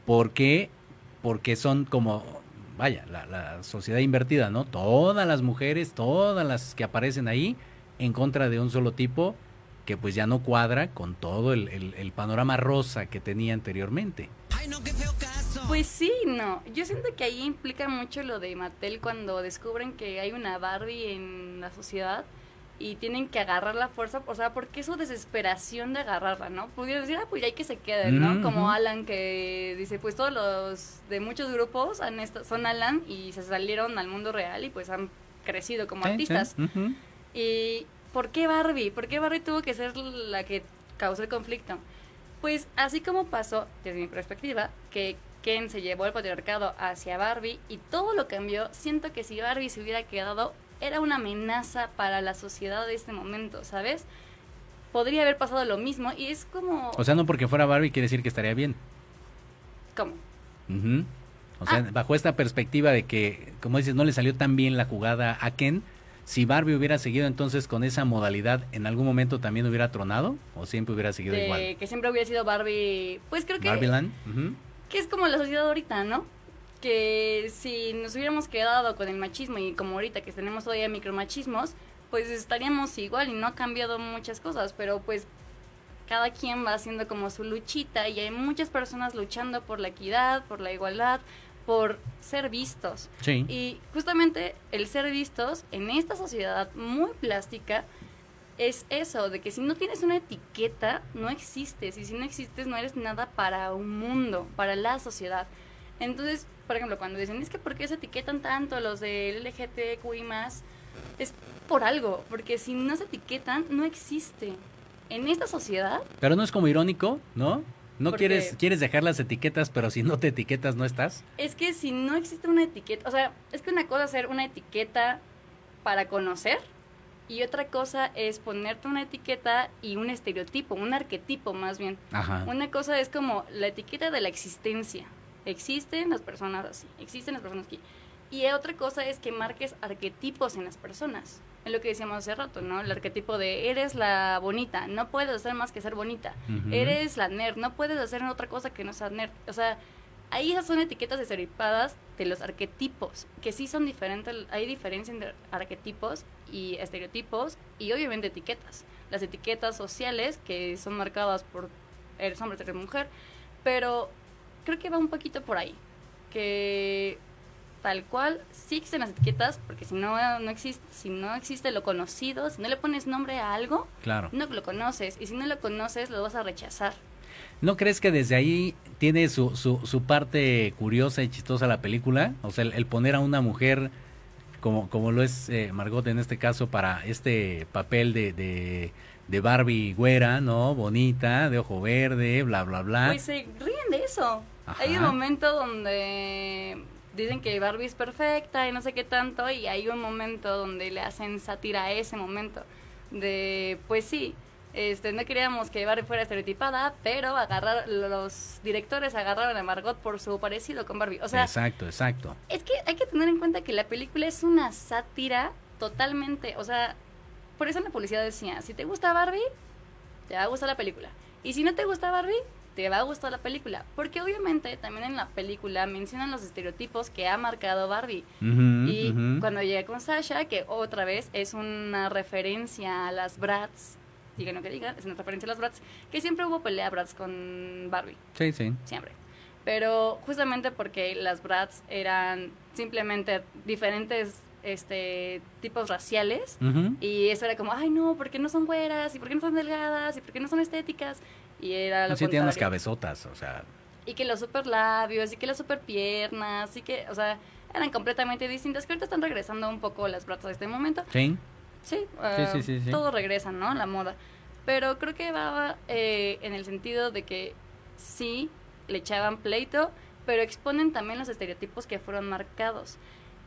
¿Por qué? Porque son como, vaya, la, la sociedad invertida, ¿no? Todas las mujeres, todas las que aparecen ahí, en contra de un solo tipo, que pues ya no cuadra con todo el, el, el panorama rosa que tenía anteriormente. Ay, no, qué feo caso. Pues sí, no. Yo siento que ahí implica mucho lo de Mattel cuando descubren que hay una Barbie en la sociedad y tienen que agarrar la fuerza, o sea, porque es su desesperación de agarrarla, ¿no? Pudieron decir, ah, pues ya hay que se queden, ¿no? Mm, Como ujú. Alan, que dice, pues todos los de muchos grupos han esta- son Alan y se salieron al mundo real y pues han crecido como Sí, artistas. sí, ujú. ¿Y por qué Barbie? ¿Por qué Barbie tuvo que ser la que causó el conflicto? Pues así como pasó, desde mi perspectiva, que Ken se llevó el patriarcado hacia Barbie y todo lo cambió, siento que si Barbie se hubiera quedado, era una amenaza para la sociedad de este momento, ¿sabes? Podría haber pasado lo mismo y es como... O sea, no porque fuera Barbie quiere decir que estaría bien. ¿Cómo? Ujú. O sea, Ah. bajo esta perspectiva de que, como dices, no le salió tan bien la jugada a Ken, si Barbie hubiera seguido entonces con esa modalidad, ¿en algún momento también hubiera tronado? ¿O siempre hubiera seguido De igual? que siempre hubiera sido Barbie... Pues creo que... Barbieland. Ujú. que es como la sociedad ahorita, ¿no? Que si nos hubiéramos quedado con el machismo y como ahorita que tenemos todavía micromachismos, pues estaríamos igual y no ha cambiado muchas cosas, pero pues cada quien va haciendo como su luchita y hay muchas personas luchando por la equidad, por la igualdad, por ser vistos. Sí. Y justamente el ser vistos en esta sociedad muy plástica es eso, de que si no tienes una etiqueta, no existes. Y si no existes, no eres nada para un mundo, para la sociedad. Entonces, por ejemplo, cuando dicen, es que ¿por qué se etiquetan tanto los de L G T Q I más? Es por algo, porque si no se etiquetan, no existe. En esta sociedad, Pero no es como irónico, ¿no? No ¿Por quieres, qué? quieres dejar las etiquetas, pero si no te etiquetas no estás. es que si no existe una etiqueta, o sea, es que una cosa es ser una etiqueta para conocer y otra cosa es ponerte una etiqueta y un estereotipo, un arquetipo más bien. Ajá. Una cosa es como la etiqueta de la existencia. Existen las personas así, existen las personas aquí. Y otra cosa es que marques arquetipos en las personas. Es lo que decíamos hace rato, ¿no? El arquetipo de eres la bonita, no puedes hacer más que ser bonita. Ujú. Eres la nerd, no puedes hacer otra cosa que no sea nerd. O sea, ahí esas son etiquetas estereotipadas de los arquetipos, que sí son diferentes, hay diferencia entre arquetipos y estereotipos y obviamente etiquetas. Las etiquetas sociales que son marcadas por eres hombre, eres mujer, pero creo que va un poquito por ahí, que tal cual sí existen las etiquetas, porque si no no existe, si no existe lo conocido, si no le pones nombre a algo, Claro. no lo conoces, y si no lo conoces lo vas a rechazar. ¿No crees que desde ahí tiene su, su, su parte curiosa y chistosa la película? O sea, el, el poner a una mujer como, como lo es eh, Margot en este caso para este papel de, de, de Barbie güera, ¿no? Bonita, de ojo verde, bla, bla, bla. Pues se ríen de eso. Ajá. Hay un momento donde dicen que Barbie es perfecta y no sé qué tanto, y hay un momento donde le hacen sátira a ese momento de, pues sí, este, no queríamos que Barbie fuera estereotipada, pero agarrar los directores agarraron a Margot por su parecido con Barbie. O sea, Exacto, exacto. es que hay que tener en cuenta que la película es una sátira totalmente, o sea, por eso en la publicidad decía, si te gusta Barbie, te va a gustar la película. Y si no te gusta Barbie, te va a gustar la película. Porque obviamente también en la película mencionan los estereotipos que ha marcado Barbie. Ujú, Y ujú. cuando llega con Sasha, que otra vez es una referencia a las Bratz, digan lo que digan, es una referencia a las Bratz, que siempre hubo pelea Bratz con Barbie. Sí, sí. Siempre. Pero justamente porque las Bratz eran simplemente diferentes este tipos raciales Ujú. y eso era como, ay no, ¿por qué no son güeras? ¿Y por qué no son delgadas? ¿Y por qué no son estéticas? Y era lo Sí, tiene unas contrario. cabezotas, o sea. Y que los super labios, y que las super piernas, y que, o sea, eran completamente distintas, que ahorita están regresando un poco las Bratz a este momento. Sí. Sí, Sí, eh, sí, sí, sí. todo regresa, ¿no? La moda. Pero creo que va eh, en el sentido de que sí le echaban pleito, pero exponen también los estereotipos que fueron marcados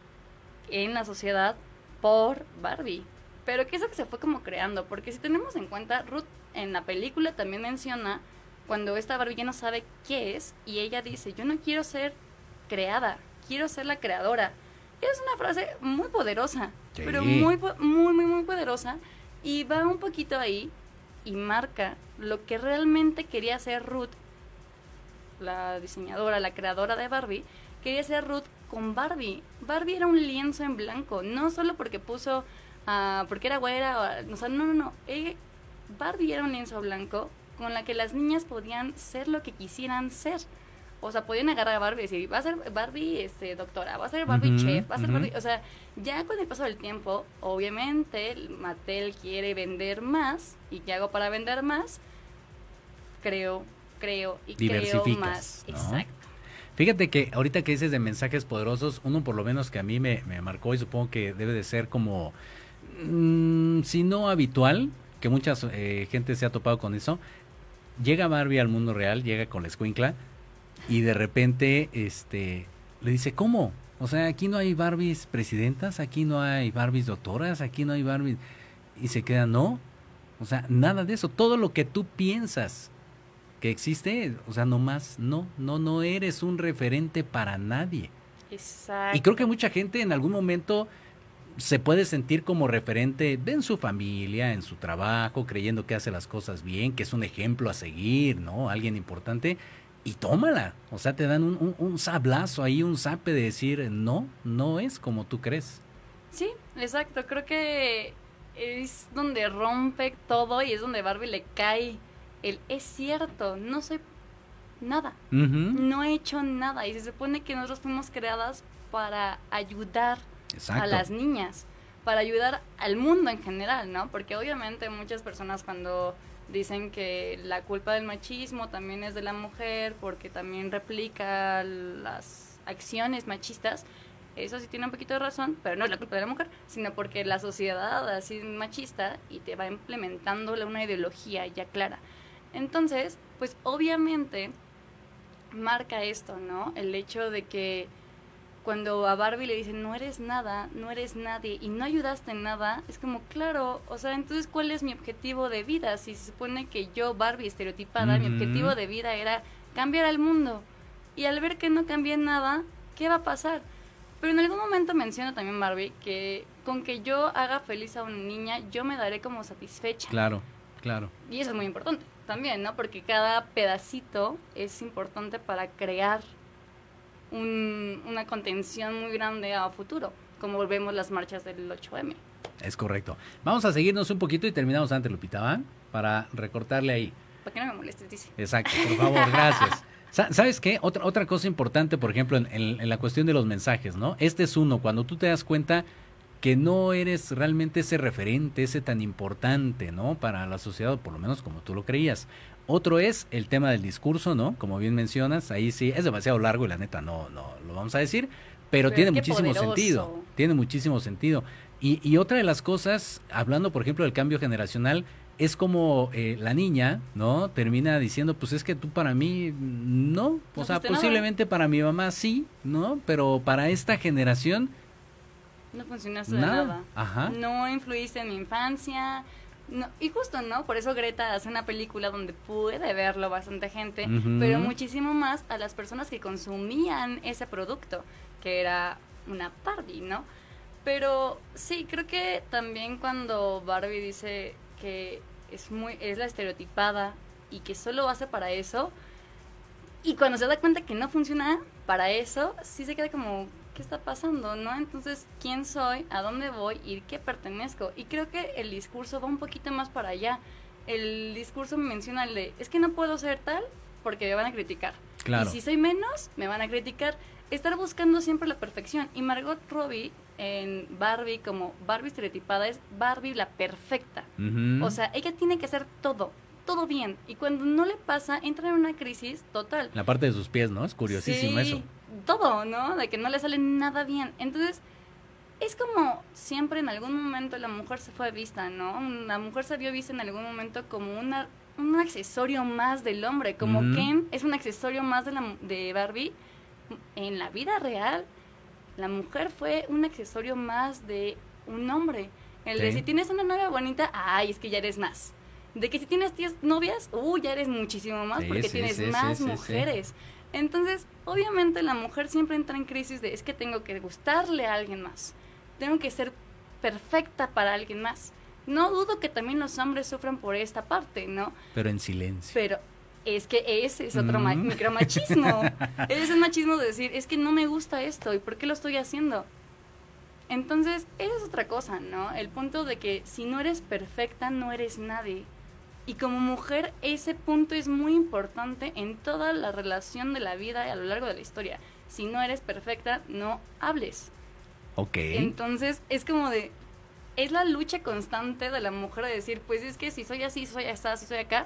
en la sociedad por Barbie. Pero que eso que se fue como creando, porque si tenemos en cuenta, Ruth en la película también menciona cuando esta Barbie ya no sabe qué es y ella dice, yo no quiero ser creada, quiero ser la creadora. Es una frase muy poderosa, Sí. pero muy, po- muy, muy, muy poderosa, y va un poquito ahí y marca lo que realmente quería hacer Ruth la diseñadora, la creadora de Barbie, quería hacer Ruth con Barbie. Barbie era un lienzo en blanco, no solo porque puso, uh, porque era güera, o, o sea, no, no, no. Ella, Barbie era un lienzo blanco con la que las niñas podían ser lo que quisieran ser. O sea, podían agarrar a Barbie y decir, va a ser Barbie este, doctora, va a ser Barbie uh-huh, chef, va a ser uh-huh. Barbie... O sea, ya con el paso del tiempo, obviamente, Mattel quiere vender más. ¿Y qué hago para vender más? Creo, creo y creo más. ¿No? Exacto. Fíjate que ahorita que dices de mensajes poderosos, uno por lo menos que a mí me, me marcó y supongo que debe de ser como, mmm, si no habitual, que mucha eh, gente se ha topado con eso. Llega Barbie al mundo real, llega con la escuincla, y de repente este le dice, ¿cómo? O sea, aquí no hay Barbies presidentas, aquí no hay Barbies doctoras, aquí no hay Barbies... Y se queda, no, o sea, nada de eso. Todo lo que tú piensas que existe, o sea, nomás, no, no, no eres un referente para nadie. Exacto. Y creo que mucha gente en algún momento se puede sentir como referente en su familia, en su trabajo, creyendo que hace las cosas bien, que es un ejemplo a seguir, ¿no? Alguien importante... Y tómala, o sea, te dan un, un, un sablazo ahí, un zape de decir, no, no es como tú crees. Sí, exacto, creo que es donde rompe todo y es donde Barbie le cae el, es cierto, no soy nada, uh-huh. no he hecho nada y se supone que nosotros fuimos creadas para ayudar Exacto. a las niñas, para ayudar al mundo en general, ¿no? Porque obviamente muchas personas cuando... dicen que la culpa del machismo también es de la mujer porque también replica las acciones machistas. Eso sí tiene un poquito de razón, pero no es la culpa de la mujer, sino porque la sociedad así machista y te va implementando una ideología ya clara. Entonces, pues obviamente marca esto, ¿no? El hecho de que cuando a Barbie le dicen, no eres nada, no eres nadie y no ayudaste en nada, es como, claro, o sea, entonces, ¿cuál es mi objetivo de vida? Si se supone que yo, Barbie estereotipada, uh-huh. mi objetivo de vida era cambiar al mundo. Y al ver que no cambié nada, ¿qué va a pasar? Pero en algún momento menciona también Barbie que con que yo haga feliz a una niña, yo me daré como satisfecha. Claro, claro. Y eso es muy importante también, ¿no? Porque cada pedacito es importante para crear Un, una contención muy grande a futuro, como volvemos las marchas del ocho eme. Es correcto. Vamos a seguirnos un poquito y terminamos antes, Lupita, ¿va? Para recortarle ahí. Para que no me molestes, dice. Exacto, por favor, gracias. ¿Sabes qué? Otra, otra cosa importante, por ejemplo, en, en, en la cuestión de los mensajes, ¿no? Este es uno, cuando tú te das cuenta que no eres realmente ese referente, ese tan importante, ¿no? Para la sociedad, por lo menos como tú lo creías. Otro es el tema del discurso, ¿no? Como bien mencionas, ahí sí es demasiado largo y la neta no no lo vamos a decir, pero, pero tiene muchísimo poderoso. sentido, tiene muchísimo sentido. Y, y otra de las cosas, hablando por ejemplo del cambio generacional, es como eh, la niña, ¿no? Termina diciendo, pues es que tú para mí no, o no sea, posiblemente nada. Para mi mamá sí, ¿no? Pero para esta generación... No funcionaste nada. de nada. Ajá. No influiste en mi infancia... No, y justo, ¿no? Por eso Greta hace una película donde puede verlo bastante gente, uh-huh. pero muchísimo más a las personas que consumían ese producto, que era una Barbie, ¿no? Pero sí, creo que también cuando Barbie dice que es muy es la estereotipada y que solo hace para eso, y cuando se da cuenta que no funciona para eso, sí se queda como... ¿qué está pasando, no? Entonces, ¿quién soy? ¿A dónde voy? ¿Y qué pertenezco? Y creo que el discurso va un poquito más para allá. El discurso me menciona el de, es que no puedo ser tal porque me van a criticar. Claro. Y si soy menos, me van a criticar. Estar buscando siempre la perfección. Y Margot Robbie, en Barbie, como Barbie estereotipada, es Barbie la perfecta. Uh-huh. O sea, ella tiene que hacer todo. todo bien, y cuando no le pasa, entra en una crisis total. La parte de sus pies, ¿no? Es curiosísimo sí, eso. Todo, ¿no? De que no le sale nada bien. Entonces, es como siempre en algún momento la mujer se fue vista, ¿no? La mujer se vio vista en algún momento como una un accesorio más del hombre, como mm. Ken es un accesorio más de, la, de Barbie. En la vida real, la mujer fue un accesorio más de un hombre. El sí. de si tienes una novia bonita, ay, es que ya eres más. De que si tienes diez novias, uh, ya eres muchísimo más, sí, porque sí, tienes sí, más sí, mujeres. Sí. Entonces, obviamente la mujer siempre entra en crisis de, es que tengo que gustarle a alguien más. Tengo que ser perfecta para alguien más. No dudo que también los hombres sufran por esta parte, ¿no? Pero en silencio. Pero es que ese es otro ma- micromachismo. Ese es el machismo de decir, es que no me gusta esto, ¿y por qué lo estoy haciendo? Entonces, esa es otra cosa, ¿no? El punto de que si no eres perfecta, no eres nadie. Y como mujer, ese punto es muy importante en toda la relación de la vida y a lo largo de la historia. Si no eres perfecta, no hables. Ok. Entonces, es como de... Es la lucha constante de la mujer de decir, pues es que si soy así, soy así, si soy acá,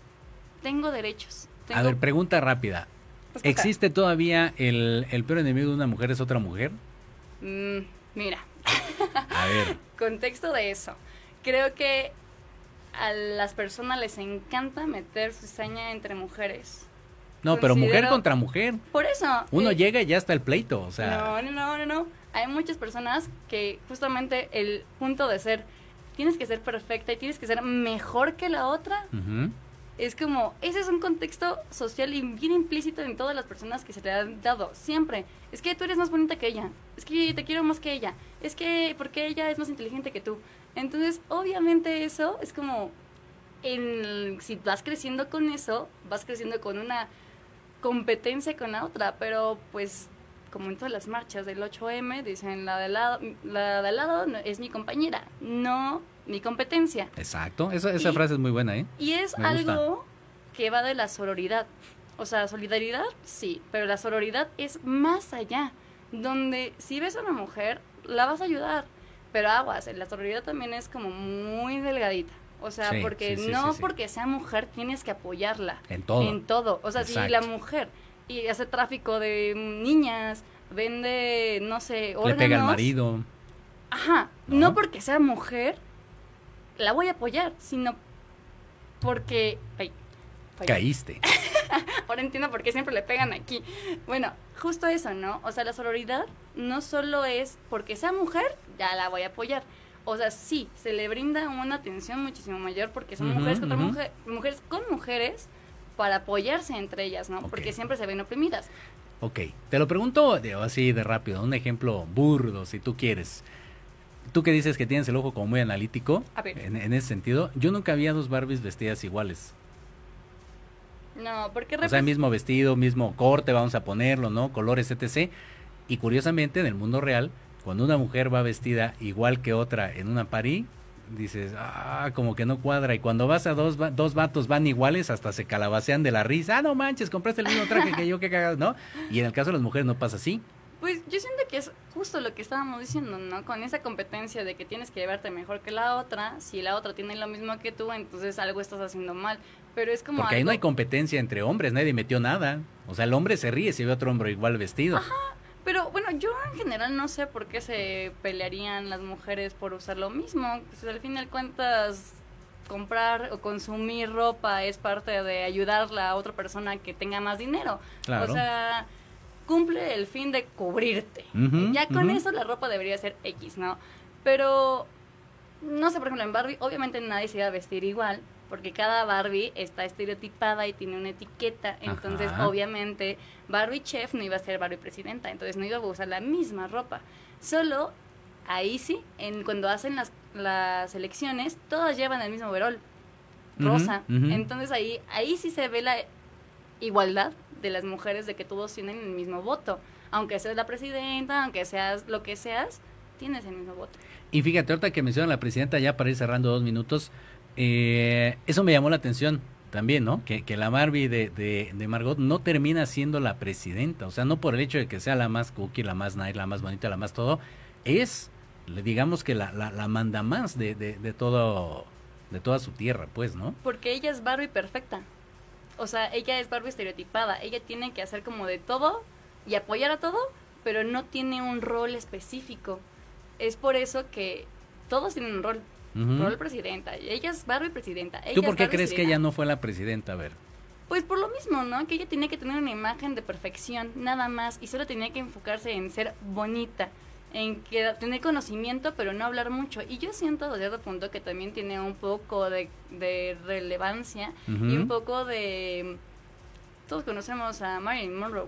tengo derechos. Tengo... A ver, pregunta rápida. Respuesta. ¿Existe todavía el, el peor enemigo de una mujer es otra mujer? Mm, mira. A ver. Contexto de eso. Creo que a las personas les encanta meter cizaña entre mujeres. No, pero Considero- mujer contra mujer. Por eso. Uno eh, llega y ya está el pleito, o sea... No, no, no, no, no. Hay muchas personas que justamente el punto de ser, tienes que ser perfecta y tienes que ser mejor que la otra, Ujú. es como, ese es un contexto social y bien implícito en todas las personas que se te han dado, siempre. Es que tú eres más bonita que ella, es que te quiero más que ella, es que porque ella es más inteligente que tú. Entonces, obviamente eso es como, en, si vas creciendo con eso, vas creciendo con una competencia con la otra, pero pues como en todas las marchas del ocho eme, dicen la de al lado, la de al lado no- es mi compañera, no mi competencia. Exacto, esa, esa Y- frase es muy buena, ¿eh? Y es Me gusta. algo que va de la sororidad. O sea, solidaridad, sí, pero la sororidad es más allá, donde si ves a una mujer, la vas a ayudar, pero aguas, la sororidad también es como muy delgadita. O sea, Sí, porque sí, sí, no sí, sí. porque sea mujer tienes que apoyarla. En todo. En todo. O sea, si Exacto. la mujer y hace tráfico de niñas, vende, no sé, órganos. Le pega al marido. Ajá, ¿No? no porque sea mujer, la voy a apoyar, sino porque... Ay, fallé. Caíste. Ahora entiendo por qué siempre le pegan aquí. Bueno, justo eso, ¿no? O sea, la sororidad no solo es porque sea mujer, ya la voy a apoyar. O sea, sí, se le brinda una atención muchísimo mayor porque son Ujú, mujeres contra ujú. mujer- mujeres con mujeres para apoyarse entre ellas, ¿no? Ok. Porque siempre se ven oprimidas. Ok, te lo pregunto de, así de rápido, un ejemplo burdo, si tú quieres. Tú que dices que tienes el ojo como muy analítico, A ver. en, en ese sentido, yo nunca había dos Barbies vestidas iguales. No, porque O sea, repres- mismo vestido, mismo corte, vamos a ponerlo, ¿no? Colores, etcétera. Y curiosamente, en el mundo real, cuando una mujer va vestida igual que otra en una party, dices, ah, como que no cuadra. Y cuando vas a dos, va- dos vatos van iguales, hasta se calabacean de la risa. Ah, no manches, compraste el mismo traje que yo, qué cagado, ¿no? Y en el caso de las mujeres no pasa así. Pues yo siento que es justo lo que estábamos diciendo, ¿no? Con esa competencia de que tienes que verte mejor que la otra, si la otra tiene lo mismo que tú, entonces algo estás haciendo mal. Pero es como Porque ahí algo... no hay competencia entre hombres, nadie metió nada. O sea, el hombre se ríe si ve a otro hombre igual vestido. Pero bueno, yo en general no sé por qué se pelearían las mujeres por usar lo mismo. Pues al fin de cuentas, comprar o consumir ropa es parte de ayudar a la otra persona que tenga más dinero. Claro. O sea, cumple el fin de cubrirte. Ujú, Ya con ujú. eso la ropa debería ser X, ¿no? Pero, no sé, por ejemplo, en Barbie, obviamente nadie se iba a vestir igual, porque cada Barbie está estereotipada y tiene una etiqueta. Entonces, Ajá. obviamente, Barbie Chef no iba a ser Barbie Presidenta, entonces no iba a usar la misma ropa. Solo, ahí sí, en, cuando hacen las, las elecciones, todas llevan el mismo overol, Ujú, rosa. ujú. Entonces, ahí, ahí sí se ve la igualdad de las mujeres, de que todos tienen el mismo voto. Aunque seas la presidenta, aunque seas lo que seas, tienes el mismo voto. Y fíjate, ahorita que menciona la presidenta, ya para ir cerrando dos minutos, eh, eso me llamó la atención también, ¿no? Que, que la Barbie de, de, de Margot no termina siendo la presidenta, o sea, no por el hecho de que sea la más cookie, la más nice, la más bonita, la más todo, es, le digamos que la, la, la manda más de, de, de todo, de toda su tierra, pues, ¿no? Porque ella es Barbie perfecta. O sea, ella es Barbie estereotipada. Ella tiene que hacer como de todo y apoyar a todo, pero no tiene un rol específico. Es por eso que todos tienen un rol. Ujú. Rol presidenta. Ella es Barbie presidenta. Ella ¿Tú es por qué Barbie crees que sirena. ella no fue la presidenta? A ver. Pues por lo mismo, ¿no? Que ella tenía que tener una imagen de perfección, nada más, y solo tenía que enfocarse en ser bonita, en que tener conocimiento, pero no hablar mucho. Y yo siento desde cierto punto que también tiene un poco de, de relevancia Ujú. y un poco de... Todos conocemos a Marilyn Monroe,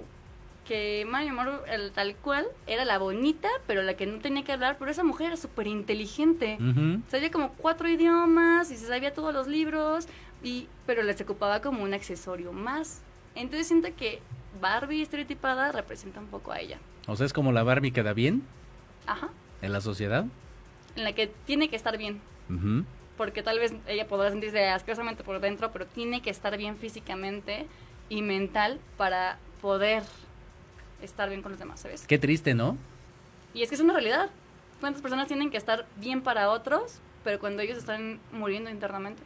que Marilyn Monroe, el, tal cual, era la bonita, pero la que no tenía que hablar, pero esa mujer era súper inteligente. Ujú. Sabía como cuatro idiomas y se sabía todos los libros, y pero les ocupaba como un accesorio más. Entonces siento que Barbie estereotipada representa un poco a ella. O sea, es como la Barbie que da bien Ajá. en la sociedad. En la que tiene que estar bien. Uh-huh. Porque tal vez ella podrá sentirse asquerosamente por dentro, pero tiene que estar bien físicamente y mental para poder estar bien con los demás, ¿sabes? Qué triste, ¿no? Y es que es una realidad. ¿Cuántas personas tienen que estar bien para otros, pero cuando ellos están muriendo internamente?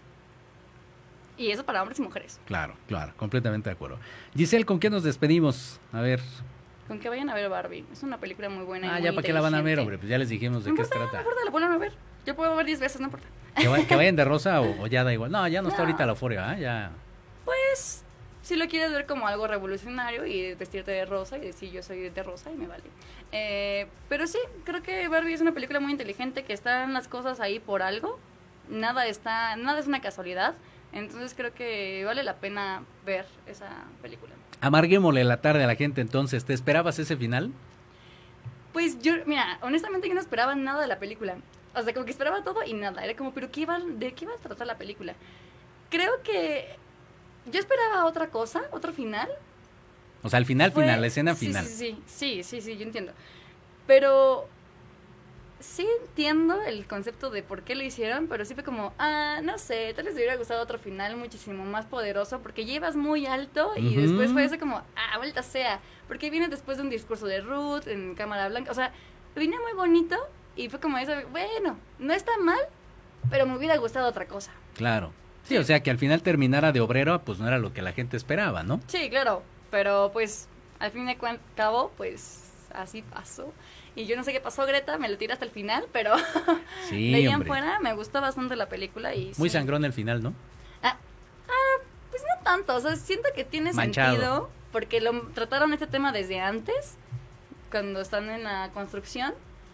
Y eso para hombres y mujeres. Claro, claro, completamente de acuerdo. Giselle, ¿con qué nos despedimos? A ver. Con que vayan a ver Barbie. Es una película muy buena. Ah, y ya muy para qué la van a ver, inteligente. hombre. Pues ya les dijimos de No qué importa, se no trata. importa, la vuelvan a ver. Yo puedo ver diez veces, no importa. Que, va- que vayan de rosa o, o ya da igual. No, ya no, está No. ahorita la euforia, ¿eh? Ya. Pues, si lo quieres ver como algo revolucionario y vestirte de rosa y decir yo soy de rosa y me vale. Eh, pero sí, creo que Barbie es una película muy inteligente, que están las cosas ahí por algo. Nada está, nada es una casualidad. Entonces creo que vale la pena ver esa película. Amarguémosle la tarde a la gente entonces. ¿Te esperabas ese final? Pues yo, mira, honestamente yo no esperaba nada de la película. O sea, como que esperaba todo y nada. Era como, ¿pero qué iba, de qué iba a tratar la película? Creo que yo esperaba otra cosa, otro final. O sea, al final, Fue- final, la escena sí, final. Sí, sí, sí, sí, sí, yo entiendo. Pero sí entiendo el concepto de por qué lo hicieron, pero sí fue como, ah, no sé, tal vez me hubiera gustado otro final muchísimo más poderoso, porque llevas muy alto y Ujú. después fue eso como, ah, vuelta sea, porque viene después de un discurso de Ruth en Cámara Blanca, o sea, venía muy bonito y fue como eso, bueno, no está mal, pero me hubiera gustado otra cosa. Claro. Sí, o sea, que al final terminara de obrero, pues no era lo que la gente esperaba, ¿no? Sí, claro, pero pues al fin de cuan- cabo, pues así pasó. Y yo no sé qué pasó, Greta, me lo tiré hasta el final, pero Sí, de ahí en hombre. fuera me gustó bastante la película. Y Muy sí. sangrón el final, ¿no? Ah, ah, pues no tanto, o sea, siento que tiene Manchado. sentido, porque lo trataron este tema desde antes, cuando están en la construcción,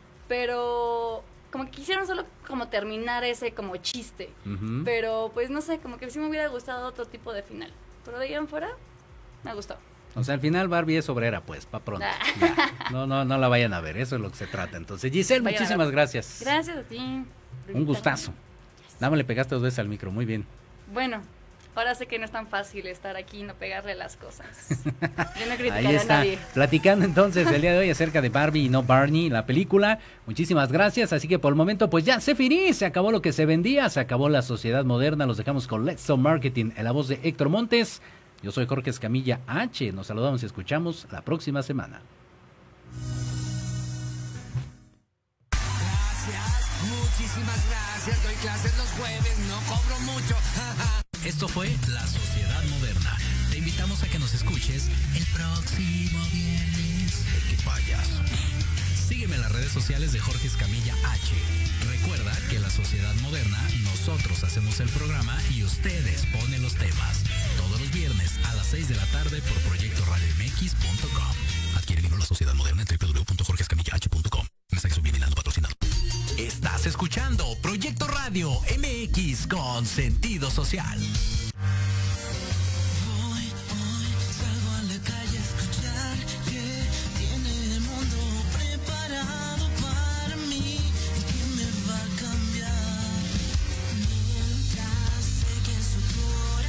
pero como que quisieron solo como terminar ese como chiste. Ujú. Pero pues no sé, como que sí me hubiera gustado otro tipo de final. Pero de ahí en fuera, me gustó. O sea, al final Barbie es obrera, pues, pa' pronto. Ah. Ya. No, no, no la vayan a ver, eso es lo que se trata. Entonces, Giselle, Vayan a muchísimas ver. gracias. Gracias a ti. Un gustazo. Nada más le pegaste dos veces al micro, muy bien. Bueno, ahora sé que no es tan fácil estar aquí y no pegarle las cosas. Yo no criticaré Ahí a está, nadie. platicando entonces el día de hoy acerca de Barbie y no Barney, la película. Muchísimas gracias, así que por el momento pues ya se finí, se acabó lo que se vendía, se acabó la sociedad moderna, los dejamos con Let's Go Marketing en la voz de Héctor Montes. Yo soy Jorge Escamilla H, nos saludamos y escuchamos la próxima semana. Gracias, muchísimas gracias. Doy clases los jueves, no cobro mucho. Esto fue La Sociedad Moderna. Te invitamos a que nos escuches el próximo viernes. ¡Qué payaso! Sígueme en las redes sociales de Jorge Escamilla H. Recuerda que en La Sociedad Moderna nosotros hacemos el programa y ustedes ponen los temas. Todos los viernes a las seis de la tarde por proyecto radio m x punto com. Adquiere el libro La Sociedad Moderna en w w w punto jorge escamilla h punto com. Mensaje subliminal no patrocinado. Estás escuchando Proyecto Radio M X con sentido social.